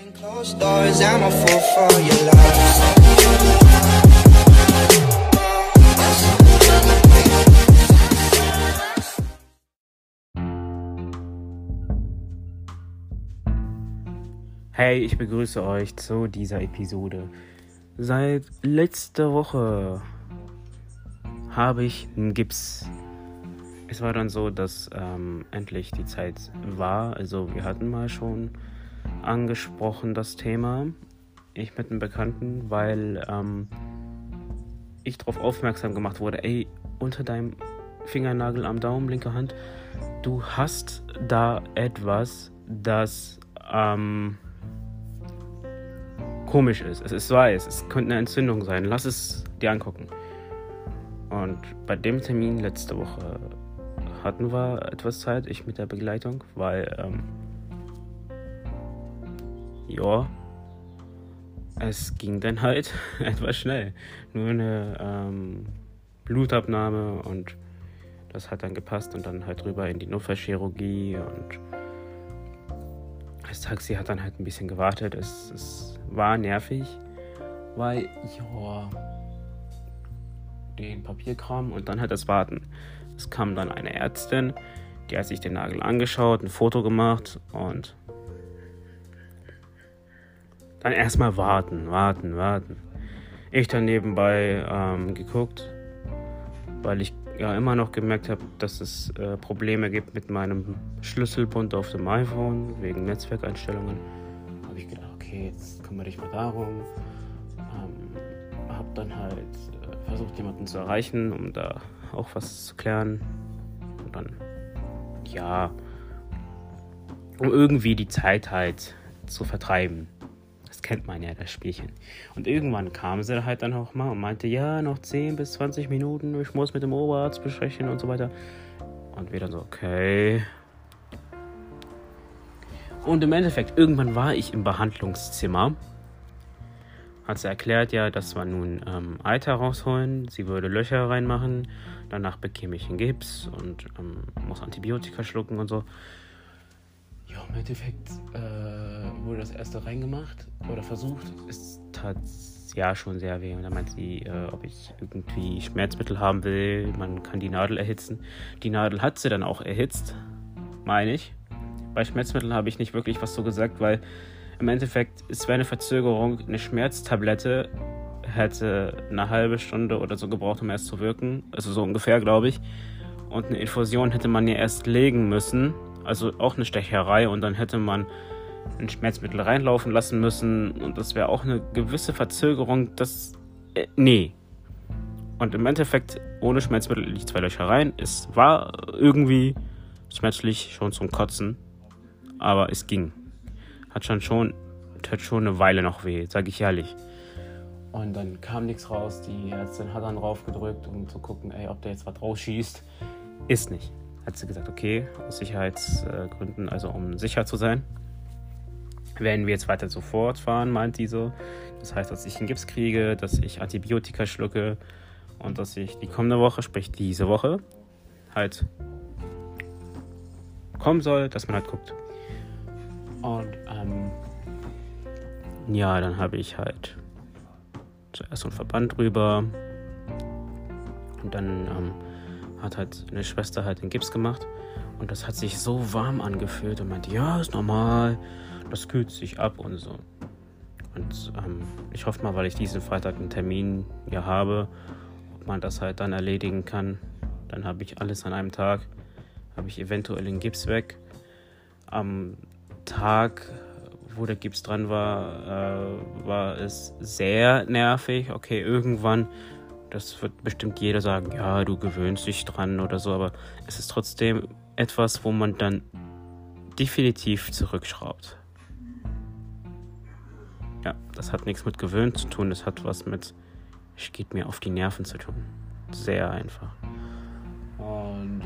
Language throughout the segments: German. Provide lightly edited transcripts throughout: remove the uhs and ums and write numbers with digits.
Closed doors, I'm a fool for your love. Hey, ich begrüße euch zu dieser Episode. Seit letzter Woche habe ich einen Gips. Es war dann so, dass endlich die Zeit war. Also wir hatten mal schon angesprochen das Thema. Ich mit einem Bekannten, weil ich darauf aufmerksam gemacht wurde, ey, unter deinem Fingernagel am Daumen, linke Hand, du hast da etwas, das komisch ist. Es ist weiß, es könnte eine Entzündung sein. Lass es dir angucken. Und bei dem Termin letzte Woche hatten wir etwas Zeit, ich mit der Begleitung, weil es ging dann halt etwas schnell. Nur eine Blutabnahme und das hat dann gepasst und dann halt rüber in die Notfallchirurgie und das Taxi hat dann halt ein bisschen gewartet. Es war nervig, weil den Papierkram und dann halt das Warten. Es kam dann eine Ärztin, die hat sich den Nagel angeschaut, ein Foto gemacht und dann erstmal warten. Ich dann nebenbei geguckt, weil ich ja immer noch gemerkt habe, dass es Probleme gibt mit meinem Schlüsselbund auf dem iPhone wegen Netzwerkeinstellungen. Habe ich gedacht, okay, jetzt kümmere dich mal darum. Habe dann halt versucht, jemanden zu erreichen, um da auch was zu klären. Und dann, um irgendwie die Zeit halt zu vertreiben. Das kennt man ja, das Spielchen. Und irgendwann kam sie halt dann auch mal und meinte, ja, noch 10 bis 20 Minuten, ich muss mit dem Oberarzt besprechen und so weiter. Und wir dann so, okay. Und im Endeffekt, irgendwann war ich im Behandlungszimmer. Hat sie erklärt, ja, dass wir nun Eiter rausholen, sie würde Löcher reinmachen, danach bekäme ich einen Gips und muss Antibiotika schlucken und so. Ja, im Endeffekt wurde das erste reingemacht oder versucht. Es tat ja schon sehr weh. Und dann meint sie, ob ich irgendwie Schmerzmittel haben will. Man kann die Nadel erhitzen. Die Nadel hat sie dann auch erhitzt, meine ich. Bei Schmerzmitteln habe ich nicht wirklich was so gesagt, weil im Endeffekt, es wäre eine Verzögerung. Eine Schmerztablette hätte eine halbe Stunde oder so gebraucht, um erst zu wirken. Also so ungefähr, glaube ich. Und eine Infusion hätte man ja erst legen müssen. Also auch eine Stecherei und dann hätte man ein Schmerzmittel reinlaufen lassen müssen und das wäre auch eine gewisse Verzögerung, nee. Und im Endeffekt, ohne Schmerzmittel in die 2 Löcher rein, es war irgendwie schmerzlich schon zum Kotzen, aber es ging. Hat schon eine Weile noch weh, sage ich ehrlich. Und dann kam nichts raus, die Ärztin hat dann drauf gedrückt, um zu gucken, ob der jetzt was rausschießt. Ist nicht. Hat sie gesagt, okay, aus Sicherheitsgründen, also um sicher zu sein, werden wir jetzt weiter so fortfahren, meint sie so. Das heißt, dass ich einen Gips kriege, dass ich Antibiotika schlucke und dass ich die kommende Woche, sprich diese Woche, halt kommen soll, dass man halt guckt. Und dann habe ich halt zuerst so einen Verband drüber und dann hat halt eine Schwester halt den Gips gemacht und das hat sich so warm angefühlt und meinte, ja, ist normal, das kühlt sich ab und so. Und ich hoffe mal, weil ich diesen Freitag einen Termin ja habe, ob man das halt dann erledigen kann. Dann habe ich alles an einem Tag, habe ich eventuell den Gips weg. Am Tag, wo der Gips dran war, war es sehr nervig. Okay, irgendwann, das wird bestimmt jeder sagen, ja, du gewöhnst dich dran oder so, aber es ist trotzdem etwas, wo man dann definitiv zurückschraubt. Ja, das hat nichts mit gewöhnt zu tun, das hat was mit, es geht mir auf die Nerven zu tun. Sehr einfach. Und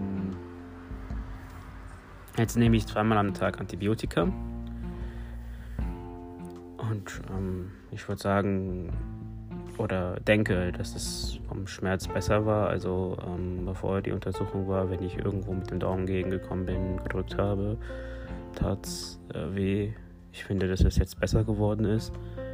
jetzt nehme ich 2-mal am Tag Antibiotika. Und ich würde sagen, oder denke, dass es vom Schmerz besser war. Also bevor die Untersuchung war, wenn ich irgendwo mit dem Daumen gegengekommen bin, gedrückt habe, tat es weh. Ich finde, dass es jetzt besser geworden ist.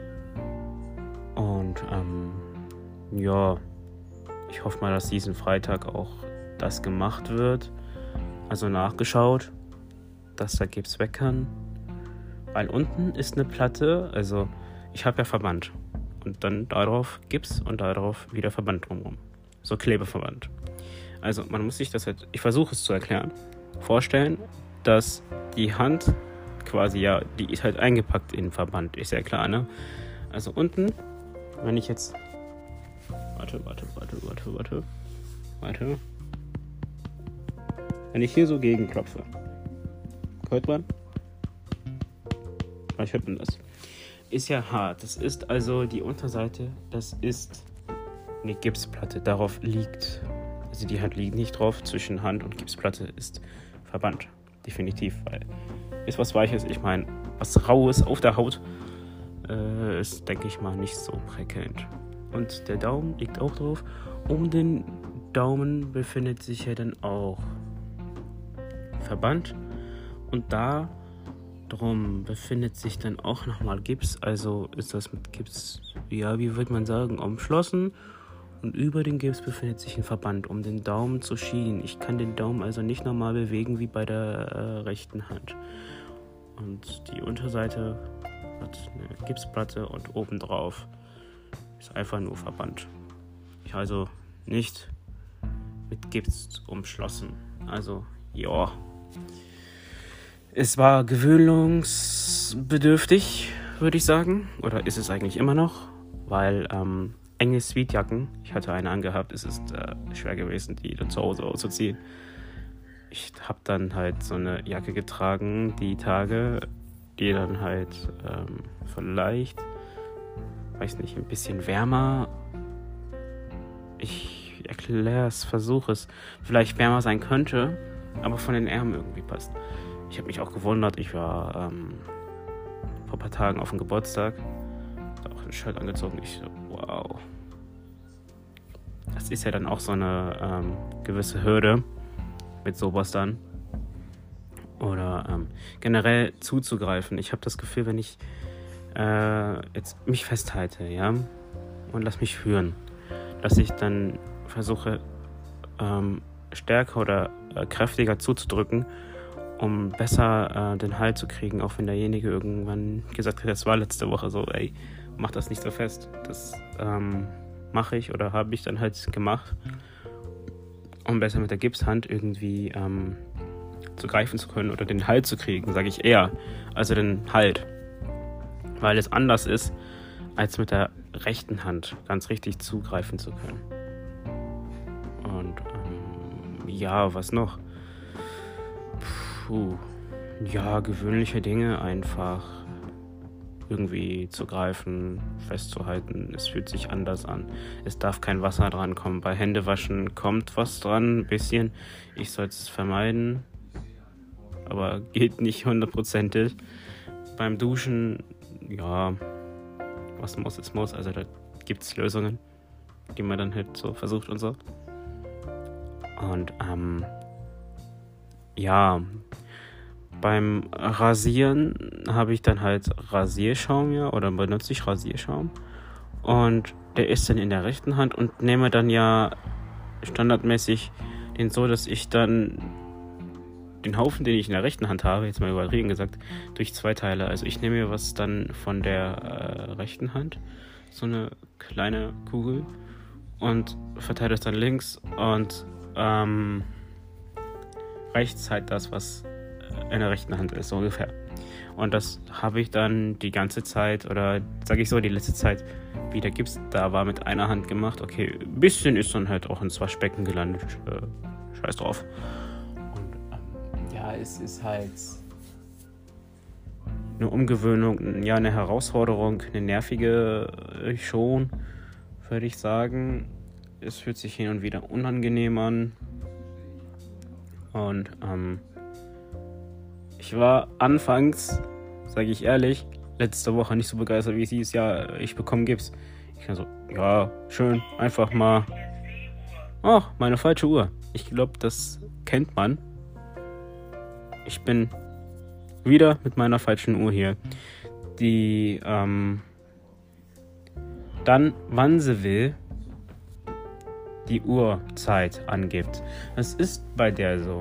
Und ja, ich hoffe mal, dass diesen Freitag auch das gemacht wird. Also nachgeschaut, dass der Gips weg kann. Weil unten ist eine Platte, also ich habe ja Verband. Und dann darauf Gips und darauf wieder Verband drumherum. So Klebeverband. Also man muss sich das halt, ich versuche es zu erklären, vorstellen, dass die Hand quasi, ja, die ist halt eingepackt in den Verband, ist ja klar, ne? Also unten, wenn ich jetzt, warte. Wenn ich hier so gegenklopfe, hört man? Vielleicht hört man das. Ist ja hart. Das ist also die Unterseite, das ist eine Gipsplatte. Darauf liegt, also die Hand liegt nicht drauf, zwischen Hand und Gipsplatte ist Verband. Definitiv, weil ist was Weiches, ich meine, was Raues auf der Haut ist, denke ich mal, nicht so prickelnd. Und der Daumen liegt auch drauf. Um den Daumen befindet sich ja dann auch Verband. Und da drum befindet sich dann auch nochmal Gips. Also ist das mit Gips, ja, wie würde man sagen, umschlossen. Und über den Gips befindet sich ein Verband, um den Daumen zu schienen. Ich kann den Daumen also nicht normal bewegen wie bei der rechten Hand. Und die Unterseite hat eine Gipsplatte und obendrauf ist einfach nur Verband. Ich also nicht mit Gips umschlossen. Also, ja. Es war gewöhnungsbedürftig, würde ich sagen. Oder ist es eigentlich immer noch? Weil enge Sweatjacken, ich hatte eine angehabt, es ist schwer gewesen, die dann zu Hause auszuziehen. Ich habe dann halt so eine Jacke getragen, die Tage, die dann halt vielleicht, weiß nicht, ein bisschen wärmer, ich erkläre es, versuche es, vielleicht wärmer sein könnte, aber von den Ärmeln irgendwie passt. Ich habe mich auch gewundert, ich war vor ein paar Tagen auf dem Geburtstag, habe auch ein Shirt angezogen, ich so, wow. Das ist ja dann auch so eine gewisse Hürde mit sowas dann. Oder generell zuzugreifen. Ich habe das Gefühl, wenn ich jetzt mich festhalte, ja, und lass mich führen, dass ich dann versuche, stärker oder kräftiger zuzudrücken, um besser den Halt zu kriegen, auch wenn derjenige irgendwann gesagt hat, das war letzte Woche so, ey, mach das nicht so fest. Das mache ich oder habe ich dann halt gemacht, um besser mit der Gipshand irgendwie zu greifen zu können oder den Halt zu kriegen, sage ich eher, also den Halt. Weil es anders ist, als mit der rechten Hand ganz richtig zugreifen zu können. Und ja, was noch? Ja, gewöhnliche Dinge einfach irgendwie zu greifen, festzuhalten. Es fühlt sich anders an. Es darf kein Wasser dran kommen. Bei Händewaschen kommt was dran, ein bisschen. Ich soll es vermeiden, aber geht nicht 100%. Beim Duschen, ja, was muss, es muss. Also da gibt es Lösungen, die man dann halt so versucht und so. Und ja, beim Rasieren habe ich dann halt Rasierschaum, ja, oder benutze ich Rasierschaum. Und der ist dann in der rechten Hand und nehme dann ja standardmäßig den so, dass ich dann den Haufen, den ich in der rechten Hand habe, jetzt mal übertrieben gesagt, durch zwei teile. Also ich nehme mir was dann von der rechten Hand, so eine kleine Kugel, und verteile das dann links und rechts halt das, was in der rechten Hand ist, so ungefähr. Und das habe ich dann die ganze Zeit, oder sage ich so, die letzte Zeit, wie der Gips da war, mit einer Hand gemacht. Okay, ein bisschen ist dann halt auch ins Waschbecken gelandet. Scheiß drauf. Und ja, es ist halt eine Umgewöhnung, ja, eine Herausforderung, eine nervige schon, würde ich sagen. Es fühlt sich hin und wieder unangenehm an. Und ich war anfangs, sage ich ehrlich, letzte Woche nicht so begeistert, wie es hieß, ja, ich bekomme Gips. Ich war so, ja, schön, einfach mal. Ach, meine falsche Uhr. Ich glaube, das kennt man. Ich bin wieder mit meiner falschen Uhr hier, die dann, wann sie will, die Uhrzeit angibt. Das ist bei der so.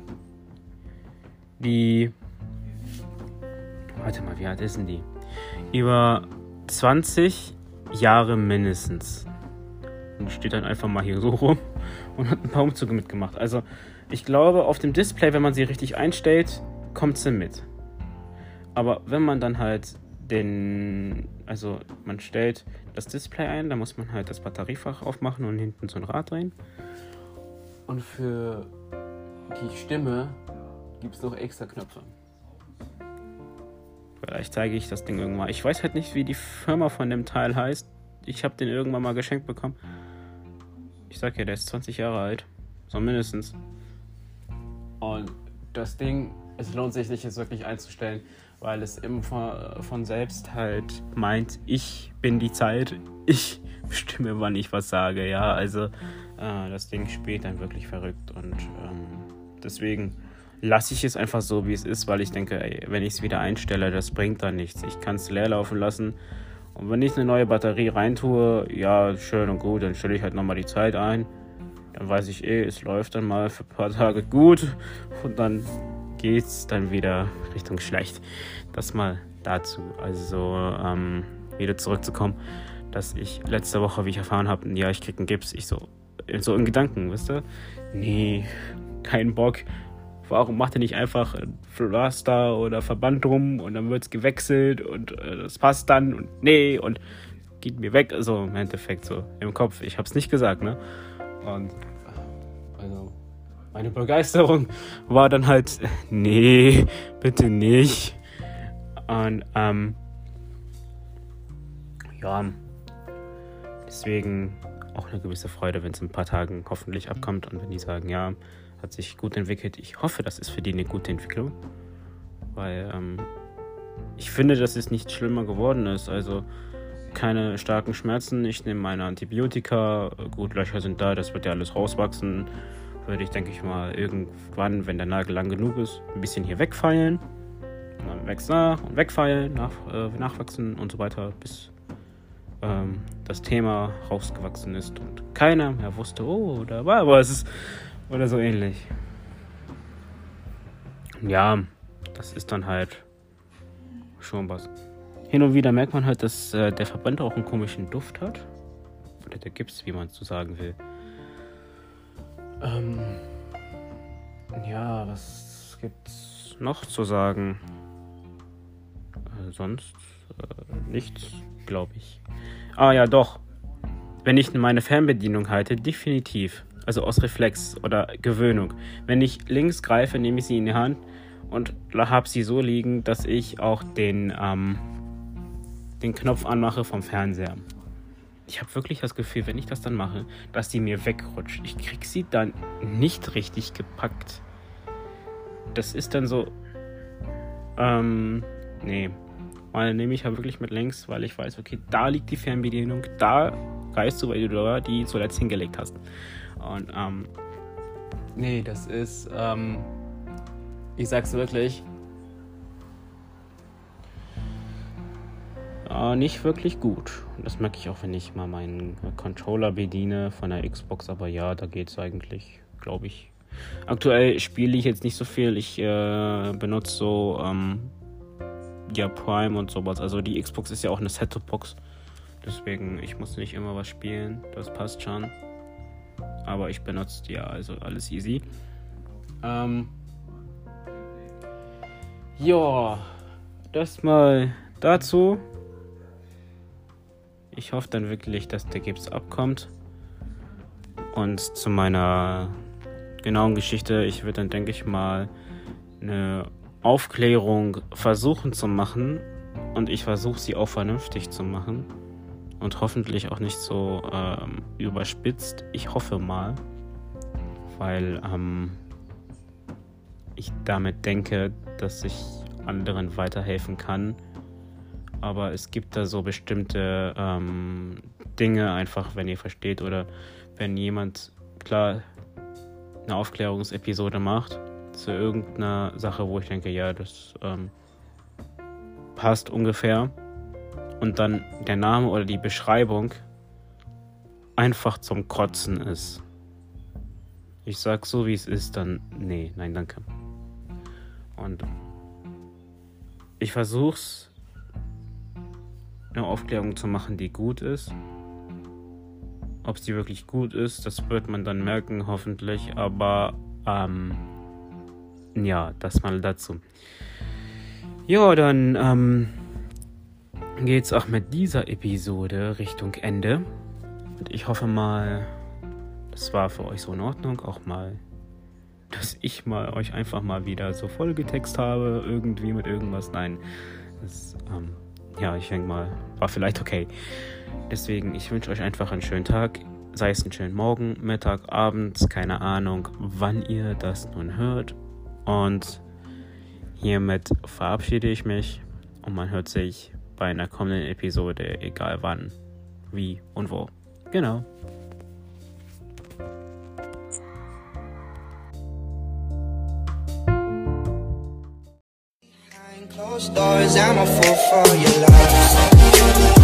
Warte mal, wie alt ist denn die? Über 20 Jahre mindestens. Und die steht dann einfach mal hier so rum und hat ein paar Umzüge mitgemacht. Also ich glaube, auf dem Display, wenn man sie richtig einstellt, kommt sie mit. Aber wenn man dann halt man stellt das Display ein, da muss man halt das Batteriefach aufmachen und hinten so ein Rad drehen. Und für die Stimme gibt es noch extra Knöpfe. Vielleicht zeige ich das Ding irgendwann. Ich weiß halt nicht, wie die Firma von dem Teil heißt. Ich habe den irgendwann mal geschenkt bekommen. Ich sag ja, der ist 20 Jahre alt. So mindestens. Und das Ding, es lohnt sich nicht, es wirklich einzustellen, weil es immer von selbst halt meint, ich bin die Zeit, ich bestimme, wann ich was sage. Ja, also das Ding spielt dann wirklich verrückt und deswegen lasse ich es einfach so, wie es ist, weil ich denke, wenn ich es wieder einstelle, das bringt dann nichts. Ich kann es leer laufen lassen und wenn ich eine neue Batterie reintue, ja, schön und gut, dann stelle ich halt nochmal die Zeit ein. Dann weiß ich es läuft dann mal für ein paar Tage gut und dann geht's dann wieder Richtung schlecht. Das mal dazu. Also, wieder zurückzukommen, dass ich letzte Woche, wie ich erfahren habe, ja, ich krieg einen Gips. Ich so in Gedanken, wisst ihr? Nee, kein Bock. Warum macht er nicht einfach ein Pflaster oder Verband drum und dann wird's gewechselt und das passt dann und nee und geht mir weg. Also im Endeffekt so im Kopf. Ich hab's nicht gesagt, ne? Und also meine Begeisterung war dann halt, nee, bitte nicht. Und ja, deswegen auch eine gewisse Freude, wenn es in ein paar Tagen hoffentlich abkommt und wenn die sagen, ja, hat sich gut entwickelt. Ich hoffe, das ist für die eine gute Entwicklung, weil ich finde, dass es nicht schlimmer geworden ist. Also keine starken Schmerzen, ich nehme meine Antibiotika, gut, Löcher sind da, das wird ja alles rauswachsen. Würde ich, denke ich mal, irgendwann, wenn der Nagel lang genug ist, ein bisschen hier wegfeilen. Und dann wächst nach und wegfeilen, nachwachsen und so weiter, bis das Thema rausgewachsen ist und keiner mehr wusste, oh, da war was oder so ähnlich. Ja, das ist dann halt schon was. Hin und wieder merkt man halt, dass der Verband auch einen komischen Duft hat. Oder der Gips, wie man es so sagen will. Ja, was gibt's noch zu sagen? Sonst nichts, glaube ich. Ah ja, doch. Wenn ich meine Fernbedienung halte, definitiv. Also aus Reflex oder Gewöhnung. Wenn ich links greife, nehme ich sie in die Hand und habe sie so liegen, dass ich auch den Knopf anmache vom Fernseher. Ich habe wirklich das Gefühl, wenn ich das dann mache, dass die mir wegrutscht. Ich krieg sie dann nicht richtig gepackt. Das ist dann so, nee. Mal nehme ich halt wirklich mit links, weil ich weiß, okay, da liegt die Fernbedienung, da greifst du, weil du da die zuletzt hingelegt hast. Und, nee, das ist, ich sag's wirklich, nicht wirklich gut. Und das merke ich auch, wenn ich mal meinen Controller bediene von der Xbox, aber ja, da geht's eigentlich, glaube ich. Aktuell spiele ich jetzt nicht so viel, ich benutze so, Prime und sowas. Also die Xbox ist ja auch eine Set-Top-Box. Deswegen, ich muss nicht immer was spielen. Das passt schon. Aber ich benutze die ja, also alles easy. Ja, das mal dazu. Ich hoffe dann wirklich, dass der Gips abkommt. Und zu meiner genauen Geschichte, ich würde dann, denke ich mal, eine Aufklärung versuchen zu machen und ich versuche sie auch vernünftig zu machen und hoffentlich auch nicht so überspitzt. Ich hoffe mal, weil ich damit denke, dass ich anderen weiterhelfen kann. Aber es gibt da so bestimmte Dinge einfach, wenn ihr versteht oder wenn jemand klar eine Aufklärungsepisode macht zu irgendeiner Sache, wo ich denke, ja, das passt ungefähr. Und dann der Name oder die Beschreibung einfach zum Kotzen ist. Ich sag so, wie es ist, dann nee, nein, danke. Und ich versuch's, eine Aufklärung zu machen, die gut ist. Ob sie wirklich gut ist, das wird man dann merken, hoffentlich. Aber ja, das mal dazu. Ja, dann geht's auch mit dieser Episode Richtung Ende. Und ich hoffe mal, das war für euch so in Ordnung. Auch mal, dass ich mal euch einfach mal wieder so vollgetext habe, irgendwie mit irgendwas. Nein, das, ja, ich denke mal, war vielleicht okay. Deswegen, ich wünsche euch einfach einen schönen Tag. Sei es einen schönen Morgen, Mittag, Abend, keine Ahnung, wann ihr das nun hört. Und hiermit verabschiede ich mich und man hört sich bei einer kommenden Episode, egal wann, wie und wo. Genau. Behind closed doors, I'm a fool for your love.